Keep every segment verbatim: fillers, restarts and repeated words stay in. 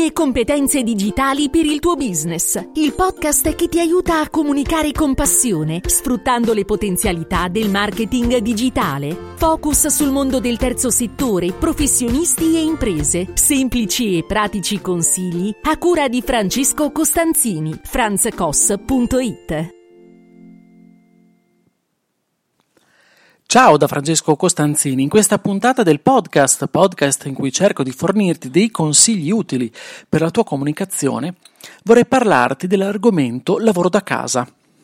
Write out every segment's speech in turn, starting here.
Le competenze digitali per il tuo business. Il podcast che ti aiuta a comunicare con passione, sfruttando le potenzialità del marketing digitale. Focus sul mondo del terzo settore, professionisti e imprese. Semplici e pratici consigli a cura di Francesco Costanzini. franz cos punto it. Ciao da Francesco Costanzini. In questa puntata del podcast, podcast in cui cerco di fornirti dei consigli utili per la tua comunicazione, vorrei parlarti dell'argomento lavoro da casa.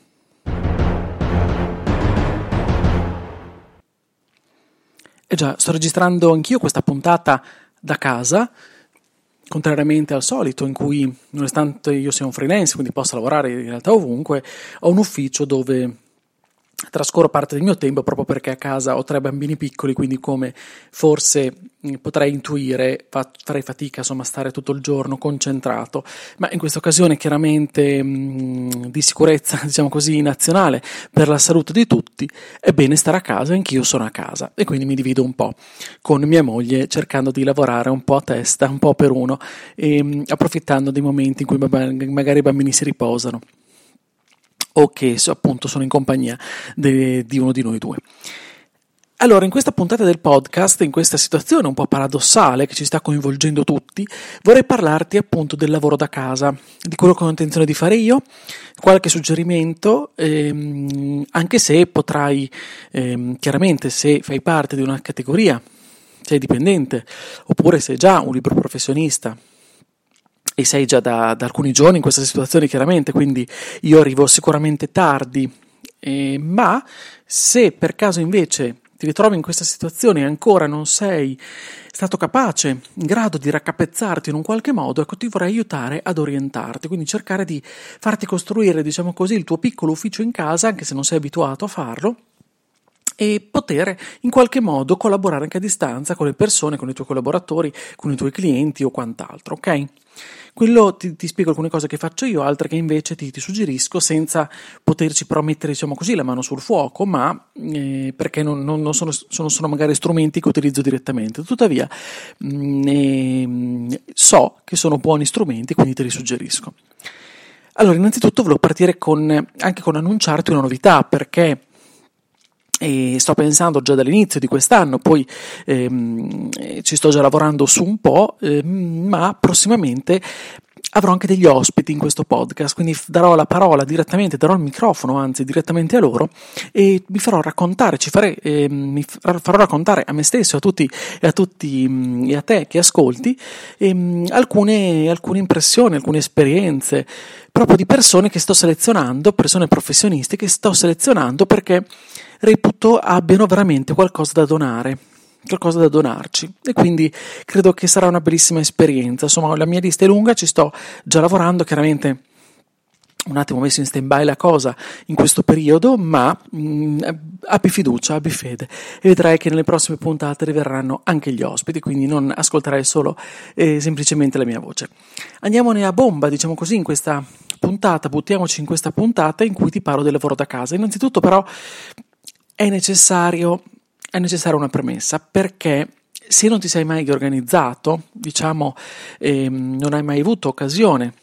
E già, sto registrando anch'io questa puntata da casa, contrariamente al solito in cui, nonostante io sia un freelance, quindi possa lavorare in realtà ovunque, ho un ufficio dove trascorro parte del mio tempo proprio perché a casa ho tre bambini piccoli, quindi come forse potrei intuire farei fatica insomma a stare tutto il giorno concentrato, ma in questa occasione chiaramente mh, di sicurezza diciamo così nazionale per la salute di tutti è bene stare a casa, anch'io sono a casa e quindi mi divido un po' con mia moglie cercando di lavorare un po' a testa, un po' per uno e mh, approfittando dei momenti in cui magari i bambini si riposano o che appunto sono in compagnia de, di uno di noi due. Allora, in questa puntata del podcast, in questa situazione un po' paradossale che ci sta coinvolgendo tutti, vorrei parlarti appunto del lavoro da casa, di quello che ho intenzione di fare io, qualche suggerimento, ehm, anche se potrai, ehm, chiaramente se fai parte di una categoria, sei dipendente, oppure sei già un libero professionista, e sei già da, da alcuni giorni in questa situazione chiaramente, quindi io arrivo sicuramente tardi, eh, ma se per caso invece ti ritrovi in questa situazione e ancora non sei stato capace, in grado di raccapezzarti in un qualche modo, ecco ti vorrei aiutare ad orientarti, quindi cercare di farti costruire, diciamo così, il tuo piccolo ufficio in casa, anche se non sei abituato a farlo, e poter in qualche modo collaborare anche a distanza con le persone, con i tuoi collaboratori, con i tuoi clienti o quant'altro, ok? Quello ti, ti spiego alcune cose che faccio io, altre che invece ti, ti suggerisco senza poterci però mettere, diciamo così, la mano sul fuoco, ma eh, perché non, non, non sono, sono, sono magari strumenti che utilizzo direttamente. Tuttavia mh, eh, so che sono buoni strumenti, quindi te li suggerisco. Allora, innanzitutto volevo partire con, anche con annunciarti una novità, perché e sto pensando già dall'inizio di quest'anno, poi ehm, ci sto già lavorando su un po', ehm, ma prossimamente avrò anche degli ospiti in questo podcast, quindi darò la parola direttamente, darò il microfono anzi direttamente a loro e mi farò raccontare, ci farei, eh, mi farò raccontare a me stesso, a tutti e a tutti mh, e a te che ascolti ehm, alcune, alcune impressioni, alcune esperienze proprio di persone che sto selezionando, persone professionisti che sto selezionando perché reputo abbiano veramente qualcosa da donare, qualcosa da donarci e quindi credo che sarà una bellissima esperienza. Insomma, la mia lista è lunga, ci sto già lavorando, chiaramente un attimo messo in stand-by la cosa in questo periodo, ma mh, abbi fiducia, abbi fede e vedrai che nelle prossime puntate arriveranno anche gli ospiti, quindi non ascolterai solo eh, semplicemente la mia voce. Andiamone a bomba, diciamo così, in questa puntata, buttiamoci in questa puntata in cui ti parlo del lavoro da casa. Innanzitutto però è necessario, è necessaria una premessa, perché se non ti sei mai organizzato, diciamo, ehm, non hai mai avuto occasione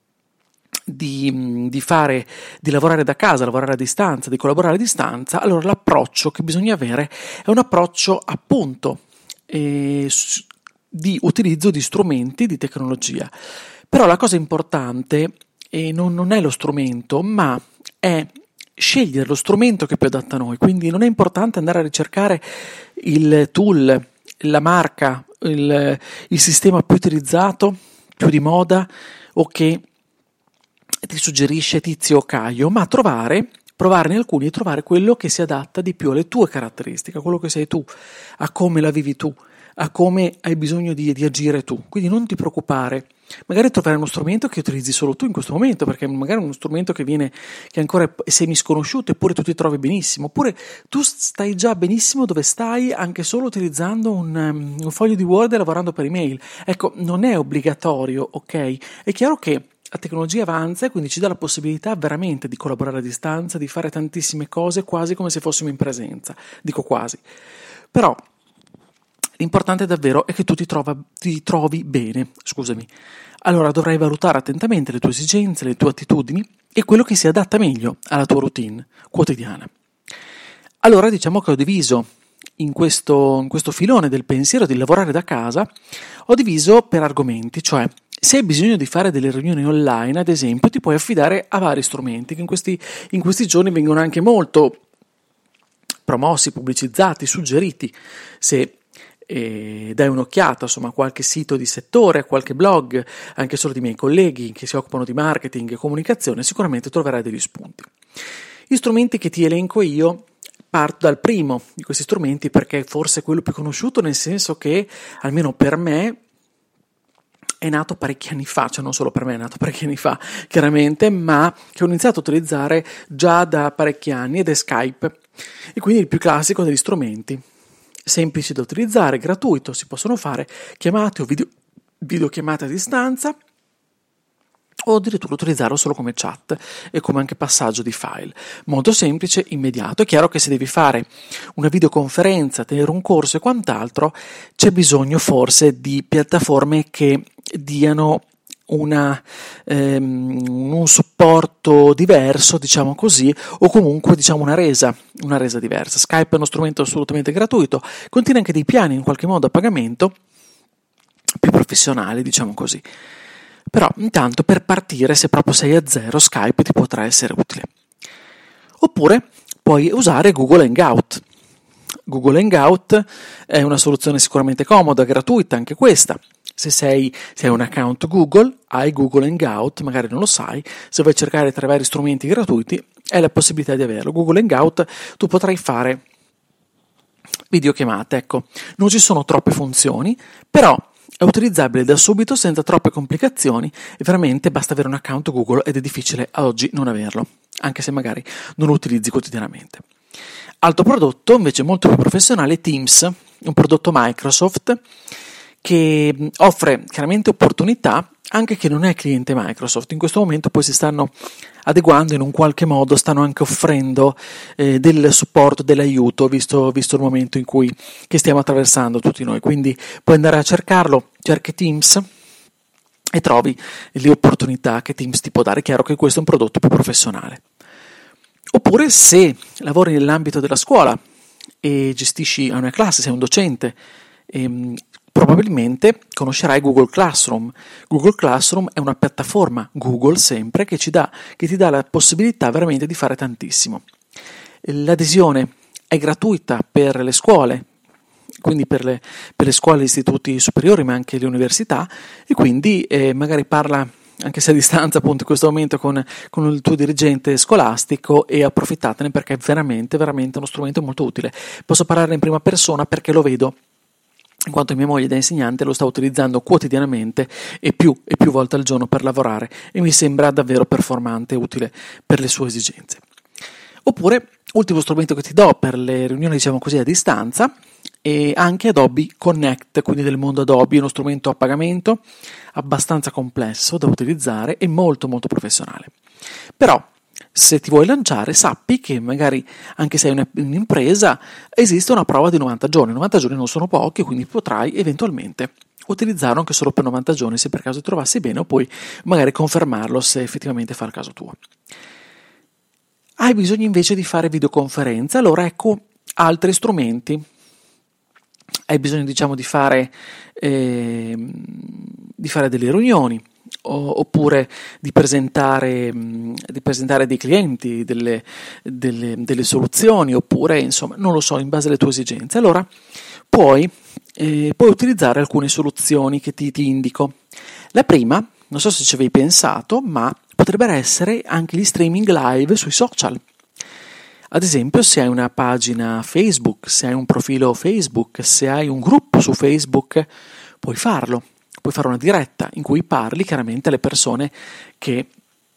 di, di fare, di lavorare da casa, lavorare a distanza, di collaborare a distanza, allora l'approccio che bisogna avere è un approccio appunto eh, di utilizzo di strumenti, di tecnologia. Però la cosa importante eh, non, non è lo strumento, ma è scegliere lo strumento che più adatta a noi, quindi non è importante andare a ricercare il tool, la marca, il, il sistema più utilizzato, più di moda o che ti suggerisce Tizio o Caio, ma trovare, provarne alcuni e trovare quello che si adatta di più alle tue caratteristiche, a quello che sei tu, a come la vivi tu, a come hai bisogno di, di agire tu. Quindi non ti preoccupare, magari trovare uno strumento che utilizzi solo tu in questo momento, perché magari è uno strumento che viene che ancora è semi-sconosciuto eppure tu ti trovi benissimo, oppure tu stai già benissimo dove stai anche solo utilizzando un, um, un foglio di Word e lavorando per email. Ecco, non è obbligatorio, ok? È chiaro che la tecnologia avanza e quindi ci dà la possibilità veramente di collaborare a distanza, di fare tantissime cose quasi come se fossimo in presenza, dico quasi. Però L'importante davvero è che tu ti, trova, ti trovi bene, scusami. Allora dovrai valutare attentamente le tue esigenze, le tue attitudini e quello che si adatta meglio alla tua routine quotidiana. Allora diciamo che ho diviso in questo, in questo filone del pensiero di lavorare da casa, ho diviso per argomenti, cioè se hai bisogno di fare delle riunioni online, ad esempio, ti puoi affidare a vari strumenti che in questi, in questi giorni vengono anche molto promossi, pubblicizzati, suggeriti. Se eh, dai un'occhiata insomma, a qualche sito di settore, a qualche blog, anche solo di miei colleghi che si occupano di marketing e comunicazione, sicuramente troverai degli spunti. Gli strumenti che ti elenco io, parto dal primo di questi strumenti perché è forse quello più conosciuto, nel senso che, almeno per me, è nato parecchi anni fa, cioè non solo per me è nato parecchi anni fa, chiaramente, ma che ho iniziato a utilizzare già da parecchi anni, ed è Skype, e quindi il più classico degli strumenti, semplici da utilizzare, gratuito, si possono fare chiamate o video, videochiamate a distanza, o addirittura utilizzarlo solo come chat e come anche passaggio di file. Molto semplice, immediato. È chiaro che se devi fare una videoconferenza, tenere un corso e quant'altro, c'è bisogno forse di piattaforme che diano una, ehm, un supporto diverso, diciamo così, o comunque diciamo una resa, una resa diversa. Skype è uno strumento assolutamente gratuito, contiene anche dei piani in qualche modo a pagamento più professionali, diciamo così. Però intanto per partire, se proprio sei a zero, Skype ti potrà essere utile. Oppure puoi usare Google Hangout. Google Hangout è una soluzione sicuramente comoda, gratuita anche questa. Se sei, se hai un account Google, hai Google Hangout, magari non lo sai, se vuoi cercare tra i vari strumenti gratuiti, hai la possibilità di averlo. Google Hangout tu potrai fare videochiamate, ecco. Non ci sono troppe funzioni, però è utilizzabile da subito senza troppe complicazioni e veramente basta avere un account Google ed è difficile ad oggi non averlo, anche se magari non lo utilizzi quotidianamente. Altro prodotto invece molto più professionale è Teams, un prodotto Microsoft che offre chiaramente opportunità anche che non è cliente Microsoft. In questo momento poi si stanno adeguando in un qualche modo, stanno anche offrendo eh, del supporto, dell'aiuto, visto, visto il momento in cui che stiamo attraversando tutti noi. Quindi puoi andare a cercarlo, cerchi Teams e trovi le opportunità che Teams ti può dare. È chiaro che questo è un prodotto più professionale. Oppure se lavori nell'ambito della scuola e gestisci una classe, sei un docente, ehm, probabilmente conoscerai Google Classroom. Google Classroom è una piattaforma Google sempre che ci dà, che ti dà la possibilità veramente di fare tantissimo. L'adesione è gratuita per le scuole, quindi per le, per le scuole e istituti superiori, ma anche le università, e quindi eh, magari parla, anche se a distanza appunto in questo momento, con, con il tuo dirigente scolastico e approfittatene perché è veramente, veramente uno strumento molto utile. Posso parlarne in prima persona perché lo vedo, in quanto mia moglie da insegnante lo sta utilizzando quotidianamente e più e più volte al giorno per lavorare e mi sembra davvero performante e utile per le sue esigenze. Oppure, ultimo strumento che ti do per le riunioni, diciamo così, a distanza, è anche Adobe Connect, quindi del mondo Adobe, uno strumento a pagamento abbastanza complesso da utilizzare e molto molto professionale. Però se ti vuoi lanciare, sappi che magari anche se hai un'impresa esiste una prova di novanta giorni. novanta giorni non sono pochi, quindi potrai eventualmente utilizzarlo anche solo per novanta giorni se per caso ti trovassi bene, o poi magari confermarlo se effettivamente fa il caso tuo. Hai bisogno invece di fare videoconferenze, allora ecco altri strumenti. Hai bisogno diciamo di fare, eh, di fare delle riunioni, oppure di presentare, di presentare dei clienti, delle, delle, delle soluzioni, oppure insomma non lo so, in base alle tue esigenze. Allora puoi, eh, puoi utilizzare alcune soluzioni che ti, ti indico. La prima, non so se ci avevi pensato, ma potrebbero essere anche gli streaming live sui social. Ad esempio, se hai una pagina Facebook, se hai un profilo Facebook, se hai un gruppo su Facebook, puoi farlo. Puoi fare una diretta in cui parli chiaramente alle persone che,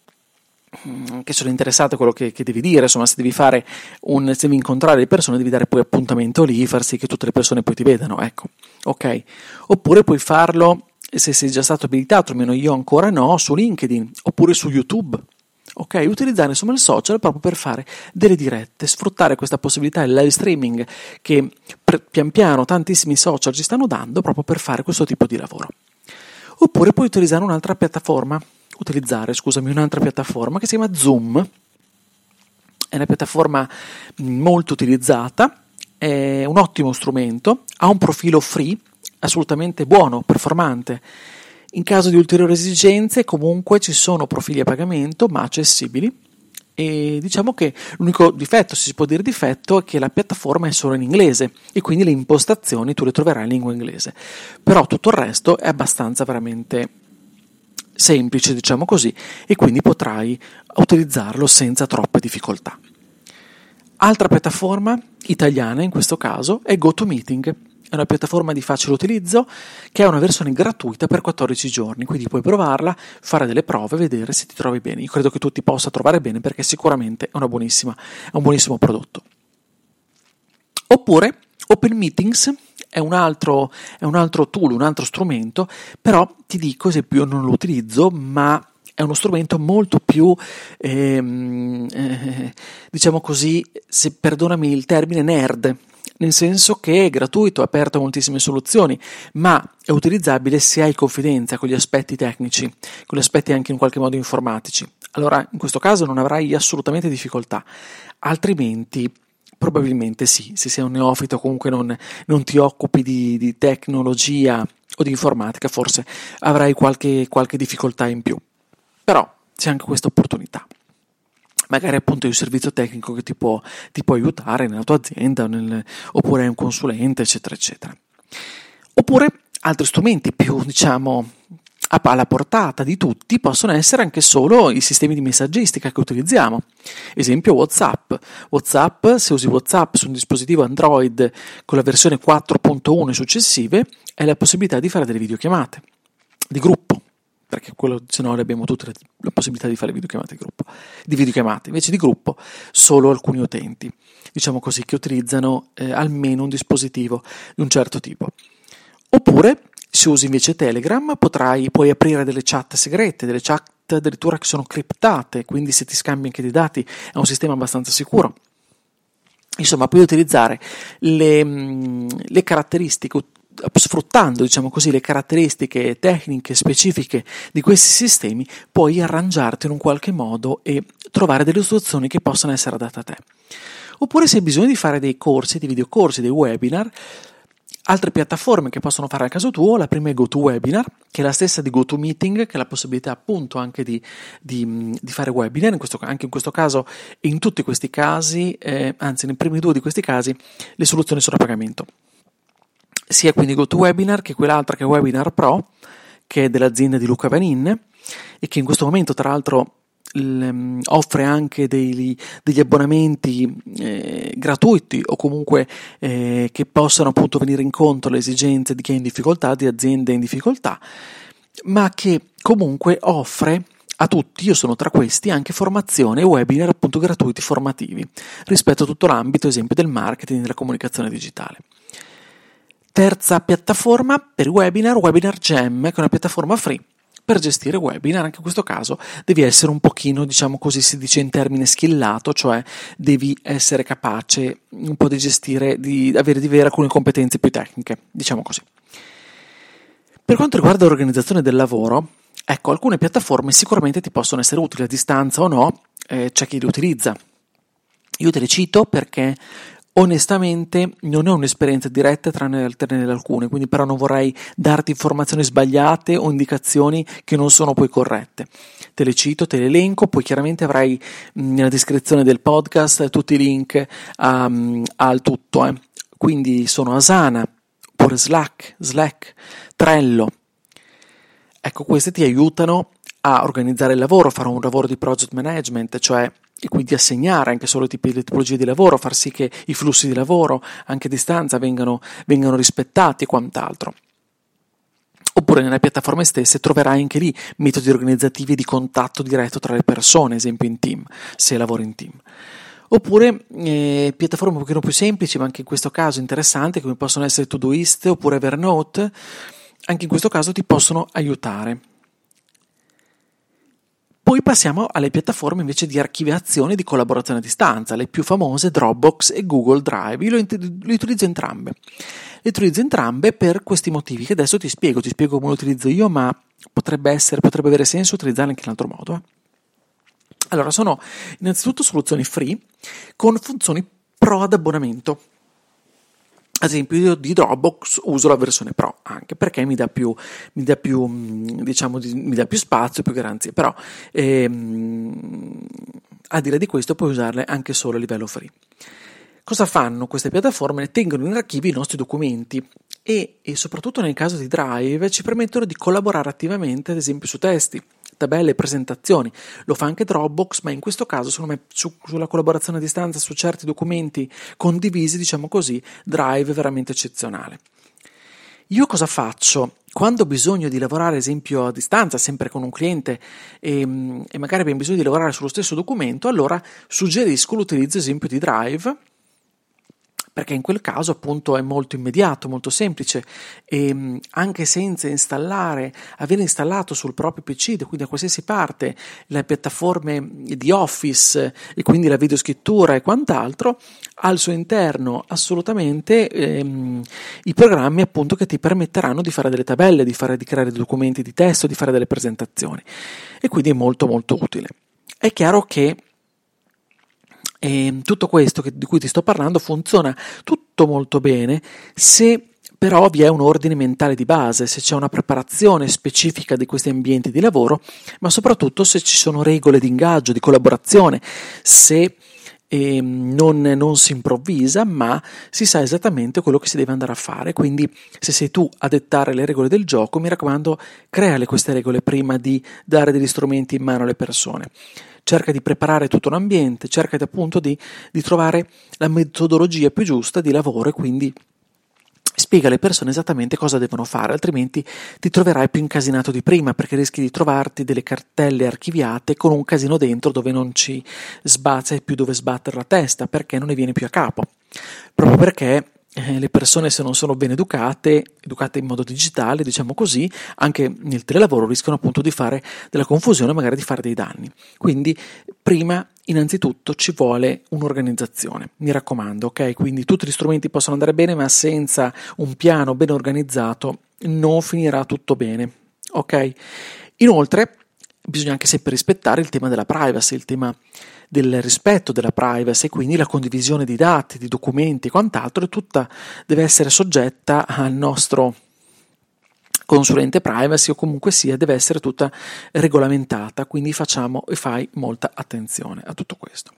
che sono interessate a quello che, che devi dire. Insomma, se devi fare un, se devi incontrare le persone, devi dare poi appuntamento lì, far sì che tutte le persone poi ti vedano. Ecco, ok. Oppure puoi farlo, se sei già stato abilitato, almeno io ancora no, su LinkedIn oppure su YouTube. ok? Utilizzare insomma il social proprio per fare delle dirette, sfruttare questa possibilità del live streaming che per, pian piano tantissimi social ci stanno dando proprio per fare questo tipo di lavoro. Oppure puoi utilizzare un'altra piattaforma, utilizzare, scusami, un'altra piattaforma che si chiama Zoom. È una piattaforma molto utilizzata, è un ottimo strumento, ha un profilo free, assolutamente buono, performante. In caso di ulteriori esigenze comunque ci sono profili a pagamento ma accessibili, e diciamo che l'unico difetto, se si può dire difetto, è che la piattaforma è solo in inglese e quindi le impostazioni tu le troverai in lingua inglese, però tutto il resto è abbastanza veramente semplice, diciamo così, e quindi potrai utilizzarlo senza troppe difficoltà. Altra piattaforma italiana in questo caso è GoToMeeting. È una piattaforma di facile utilizzo che ha una versione gratuita per quattordici giorni, quindi puoi provarla, fare delle prove, vedere se ti trovi bene. Io credo che tu ti possa trovare bene perché sicuramente è una buonissima, è un buonissimo prodotto. Oppure OpenMeetings è un altro, è un altro tool, un altro strumento, però ti dico, esempio, io non lo utilizzo, ma è uno strumento molto più, ehm, eh, diciamo così, se perdonami il termine, nerd. Nel senso che è gratuito, è aperto a moltissime soluzioni, ma è utilizzabile se hai confidenza con gli aspetti tecnici, con gli aspetti anche in qualche modo informatici. Allora, in questo caso non avrai assolutamente difficoltà, altrimenti probabilmente sì, se sei un neofito o comunque non, non ti occupi di, di tecnologia o di informatica, forse avrai qualche, qualche difficoltà in più. Però c'è anche questa opportunità. Magari appunto è un servizio tecnico che ti può, ti può aiutare nella tua azienda, nel, oppure è un consulente, eccetera, eccetera. Oppure altri strumenti più, diciamo, alla portata di tutti possono essere anche solo i sistemi di messaggistica che utilizziamo. Esempio WhatsApp. WhatsApp, se usi WhatsApp su un dispositivo Android con la versione quattro punto uno e successive, hai la possibilità di fare delle videochiamate di gruppo. Perché quello, se no abbiamo tutte le, la possibilità di fare videochiamate di gruppo, di videochiamate, invece di gruppo solo alcuni utenti, diciamo così, che utilizzano eh, almeno un dispositivo di un certo tipo. Oppure, se usi invece Telegram, potrai, puoi aprire delle chat segrete, delle chat addirittura che sono criptate, quindi se ti scambi anche dei dati è un sistema abbastanza sicuro. Insomma, puoi utilizzare le, le caratteristiche, sfruttando, diciamo così, le caratteristiche tecniche specifiche di questi sistemi, puoi arrangiarti in un qualche modo e trovare delle soluzioni che possano essere adatte a te. Oppure se hai bisogno di fare dei corsi, dei videocorsi, dei webinar, altre piattaforme che possono fare a caso tuo, la prima è GoToWebinar, che è la stessa di GoToMeeting, che ha la possibilità appunto anche di, di, di fare webinar, in questo, anche in questo caso e in tutti questi casi, eh, anzi nei primi due di questi casi, le soluzioni sono a pagamento. Sia quindi GoToWebinar che quell'altra che è Webinar Pro, che è dell'azienda di Luca Vanin e che in questo momento tra l'altro l, offre anche degli, degli abbonamenti eh, gratuiti o comunque eh, che possano appunto venire incontro alle esigenze di chi è in difficoltà, di aziende in difficoltà, ma che comunque offre a tutti, io sono tra questi, anche formazione e webinar appunto gratuiti formativi rispetto a tutto l'ambito, esempio, del marketing e della comunicazione digitale. Terza piattaforma per i webinar, Webinar Jam, che è una piattaforma free per gestire webinar. Anche in questo caso devi essere un pochino, diciamo così si dice in termine skillato, cioè devi essere capace un po' di gestire, di avere di avere alcune competenze più tecniche, diciamo così. Per quanto riguarda l'organizzazione del lavoro, ecco, alcune piattaforme sicuramente ti possono essere utili a distanza o no, eh, c'è chi le utilizza. Io te le cito perché onestamente non ho un'esperienza diretta tranne alterne alcune, quindi però non vorrei darti informazioni sbagliate o indicazioni che non sono poi corrette. Te le cito, te le elenco, poi chiaramente avrai mh, nella descrizione del podcast tutti i link a, mh, al tutto. Eh. Quindi sono Asana, oppure Slack, Slack, Trello. Ecco, queste ti aiutano a organizzare il lavoro, fare un lavoro di project management, cioè e quindi assegnare anche solo tipi, le tipologie di lavoro, far sì che i flussi di lavoro anche a distanza vengano, vengano rispettati e quant'altro. Oppure nelle piattaforme stesse troverai anche lì metodi organizzativi di contatto diretto tra le persone, esempio in team, se lavori in team. Oppure eh, piattaforme un pochino più semplici, ma anche in questo caso interessanti, come possono essere Todoist oppure Evernote, anche in questo caso ti possono aiutare. Poi passiamo alle piattaforme invece di archiviazione e di collaborazione a distanza, le più famose Dropbox e Google Drive. Io le utilizzo entrambe. Le utilizzo entrambe per questi motivi che adesso ti spiego, ti spiego come lo utilizzo io, ma potrebbe essere, potrebbe avere senso utilizzarle anche in altro modo. Eh? Allora, sono innanzitutto soluzioni free con funzioni pro ad abbonamento. Ad esempio io di Dropbox uso la versione Pro anche perché mi dà più, mi dà più diciamo mi dà più spazio, più garanzie, però ehm, a dire di questo puoi usarle anche solo a livello free. Cosa fanno queste piattaforme? Tengono in archivio i nostri documenti e, e soprattutto nel caso di Drive ci permettono di collaborare attivamente, ad esempio su testi, tabelle, presentazioni. Lo fa anche Dropbox, ma in questo caso secondo me su, sulla collaborazione a distanza su certi documenti condivisi, diciamo così, Drive è veramente eccezionale. Io cosa faccio? Quando ho bisogno di lavorare, ad esempio, a distanza, sempre con un cliente, e, e magari abbiamo bisogno di lavorare sullo stesso documento, allora suggerisco l'utilizzo, ad esempio, di Drive, perché in quel caso appunto è molto immediato, molto semplice e anche senza installare, aver installato sul proprio P C, quindi da qualsiasi parte, le piattaforme di Office e quindi la videoscrittura e quant'altro, al suo interno assolutamente ehm, i programmi appunto che ti permetteranno di fare delle tabelle, di, fare, di creare dei documenti di testo, di fare delle presentazioni e quindi è molto molto utile. È chiaro che E tutto questo che, di cui ti sto parlando funziona tutto molto bene se però vi è un ordine mentale di base, se c'è una preparazione specifica di questi ambienti di lavoro, ma soprattutto se ci sono regole di ingaggio, di collaborazione, se eh, non, non si improvvisa ma si sa esattamente quello che si deve andare a fare. Quindi se sei tu a dettare le regole del gioco, mi raccomando, creale queste regole prima di dare degli strumenti in mano alle persone. Cerca di preparare tutto un ambiente, cerca di, appunto di, di trovare la metodologia più giusta di lavoro e quindi spiega alle persone esattamente cosa devono fare, altrimenti ti troverai più incasinato di prima perché rischi di trovarti delle cartelle archiviate con un casino dentro dove non ci sbazza più dove sbattere la testa perché non ne viene più a capo, proprio perché Eh, le persone, se non sono ben educate, educate in modo digitale, diciamo così, anche nel telelavoro rischiano appunto di fare della confusione, magari di fare dei danni. Quindi prima, innanzitutto, ci vuole un'organizzazione, mi raccomando, ok? Quindi tutti gli strumenti possono andare bene, ma senza un piano ben organizzato non finirà tutto bene, ok? Inoltre, bisogna anche sempre rispettare il tema della privacy, il tema del rispetto della privacy e quindi la condivisione di dati, di documenti e quant'altro, e tutta deve essere soggetta al nostro consulente privacy o comunque sia deve essere tutta regolamentata, quindi facciamo e fai molta attenzione a tutto questo.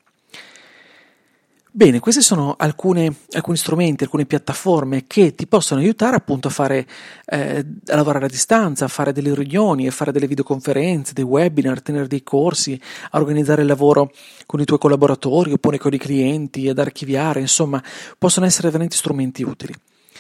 Bene, questi sono alcune, alcuni strumenti, alcune piattaforme che ti possono aiutare appunto a fare eh, a lavorare a distanza, a fare delle riunioni, a fare delle videoconferenze, dei webinar, a tenere dei corsi, a organizzare il lavoro con i tuoi collaboratori oppure con i clienti, ad archiviare, insomma, possono essere veramente strumenti utili.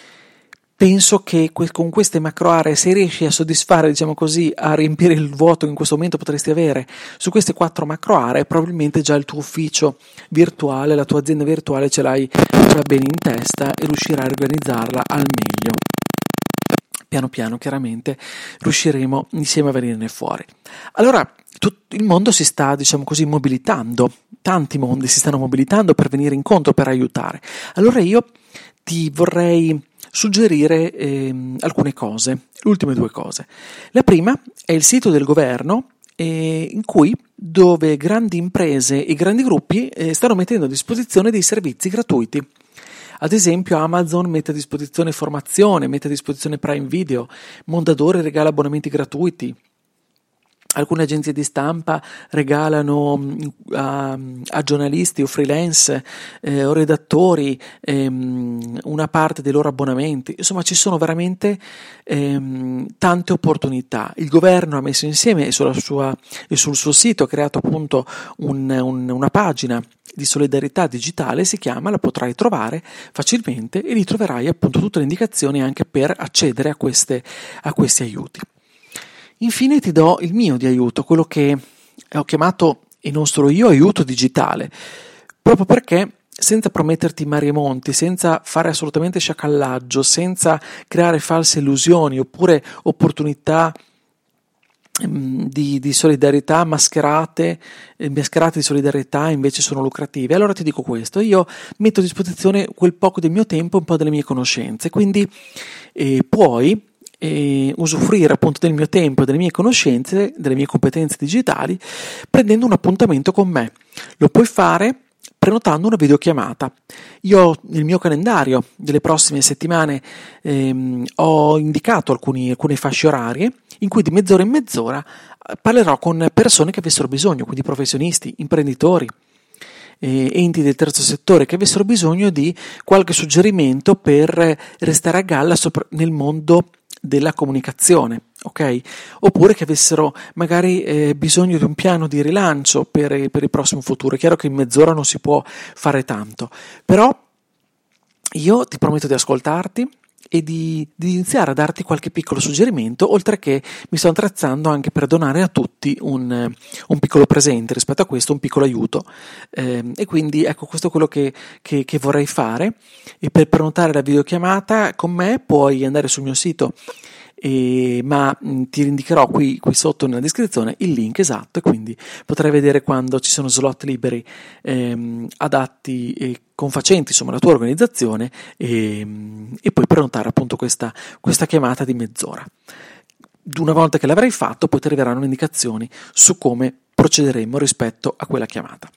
Penso che con queste macro aree, se riesci a soddisfare, diciamo così, a riempire il vuoto che in questo momento potresti avere su queste quattro macro aree, probabilmente già il tuo ufficio virtuale, la tua azienda virtuale ce l'hai già bene in testa e riuscirai a organizzarla al meglio. Piano piano, chiaramente, riusciremo insieme a venirne fuori. Allora, tutto il mondo si sta, diciamo così, mobilitando, tanti mondi si stanno mobilitando per venire incontro, per aiutare. Allora io ti vorrei suggerire eh, alcune cose, le ultime due cose. La prima è il sito del governo eh, in cui dove grandi imprese e grandi gruppi eh, stanno mettendo a disposizione dei servizi gratuiti. Ad esempio Amazon mette a disposizione formazione, mette a disposizione Prime Video, Mondadori regala abbonamenti gratuiti. Alcune agenzie di stampa regalano a, a giornalisti o freelance eh, o redattori ehm, una parte dei loro abbonamenti. Insomma, ci sono veramente ehm, tante opportunità. Il governo ha messo insieme e, sulla sua, e sul suo sito ha creato appunto un, un, una pagina di solidarietà digitale, si chiama, la potrai trovare facilmente e lì troverai appunto tutte le indicazioni anche per accedere a, queste, a questi aiuti. Infine ti do il mio di aiuto, quello che ho chiamato, e non solo io, aiuto digitale, proprio perché senza prometterti mari e monti, senza fare assolutamente sciacallaggio, senza creare false illusioni oppure opportunità Di, di solidarietà mascherate, eh, mascherate di solidarietà invece sono lucrative. Allora ti dico questo: io metto a disposizione quel poco del mio tempo, un po' delle mie conoscenze, quindi eh, puoi eh, usufruire appunto del mio tempo e delle mie conoscenze, delle mie competenze digitali, prendendo un appuntamento con me. Lo puoi fare prenotando una videochiamata. Io nel mio calendario delle prossime settimane ehm, ho indicato alcuni, alcune fasce orarie in cui di mezz'ora in mezz'ora parlerò con persone che avessero bisogno, quindi professionisti, imprenditori, eh, enti del terzo settore che avessero bisogno di qualche suggerimento per restare a galla sopra, nel mondo della comunicazione, ok? Oppure che avessero magari eh, bisogno di un piano di rilancio per, per il prossimo futuro. È chiaro che in mezz'ora non si può fare tanto, però io ti prometto di ascoltarti e di, di iniziare a darti qualche piccolo suggerimento, oltre che mi sto attrezzando anche per donare a tutti un, un piccolo presente, rispetto a questo un piccolo aiuto, eh, e quindi ecco, questo è quello che, che, che vorrei fare. E per prenotare la videochiamata con me puoi andare sul mio sito, E, ma mh, ti indicherò qui, qui sotto nella descrizione il link esatto, e quindi potrai vedere quando ci sono slot liberi ehm, adatti e confacenti insomma alla tua organizzazione, e, e poi prenotare appunto questa, questa chiamata di mezz'ora. Una volta che l'avrai fatto poi ti arriveranno indicazioni su come procederemo rispetto a quella chiamata.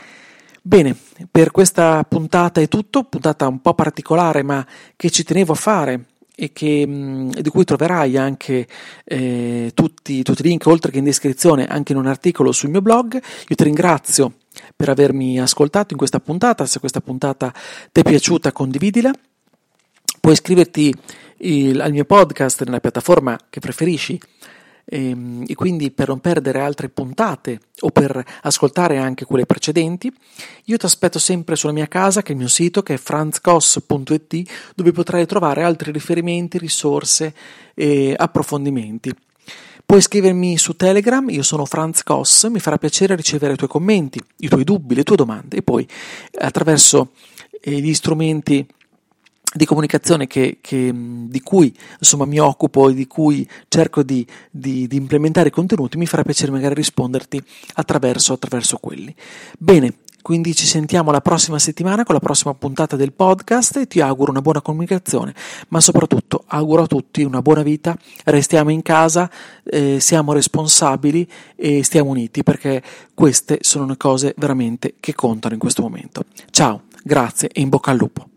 Bene, per questa puntata è tutto, puntata un po' particolare ma che ci tenevo a fare e che, mh, di cui troverai anche eh, tutti, tutti i link, oltre che in descrizione anche in un articolo sul mio blog. Io ti ringrazio per avermi ascoltato in questa puntata. Se questa puntata ti è piaciuta, condividila. Puoi iscriverti il, al mio podcast nella piattaforma che preferisci, e, e quindi per non perdere altre puntate o per ascoltare anche quelle precedenti. Io ti aspetto sempre sulla mia casa, che è il mio sito, che è franz cos punto it, dove potrai trovare altri riferimenti, risorse e approfondimenti. Puoi scrivermi su Telegram, io sono Franz Cos, mi farà piacere ricevere i tuoi commenti, i tuoi dubbi, le tue domande, e poi attraverso eh, gli strumenti di comunicazione che, che, di cui insomma mi occupo e di cui cerco di, di, di implementare i contenuti, mi farà piacere magari risponderti attraverso, attraverso quelli. Bene, quindi ci sentiamo la prossima settimana con la prossima puntata del podcast e ti auguro una buona comunicazione, ma soprattutto auguro a tutti una buona vita. Restiamo in casa, eh, siamo responsabili e stiamo uniti, perché queste sono le cose veramente che contano in questo momento. Ciao, grazie e in bocca al lupo.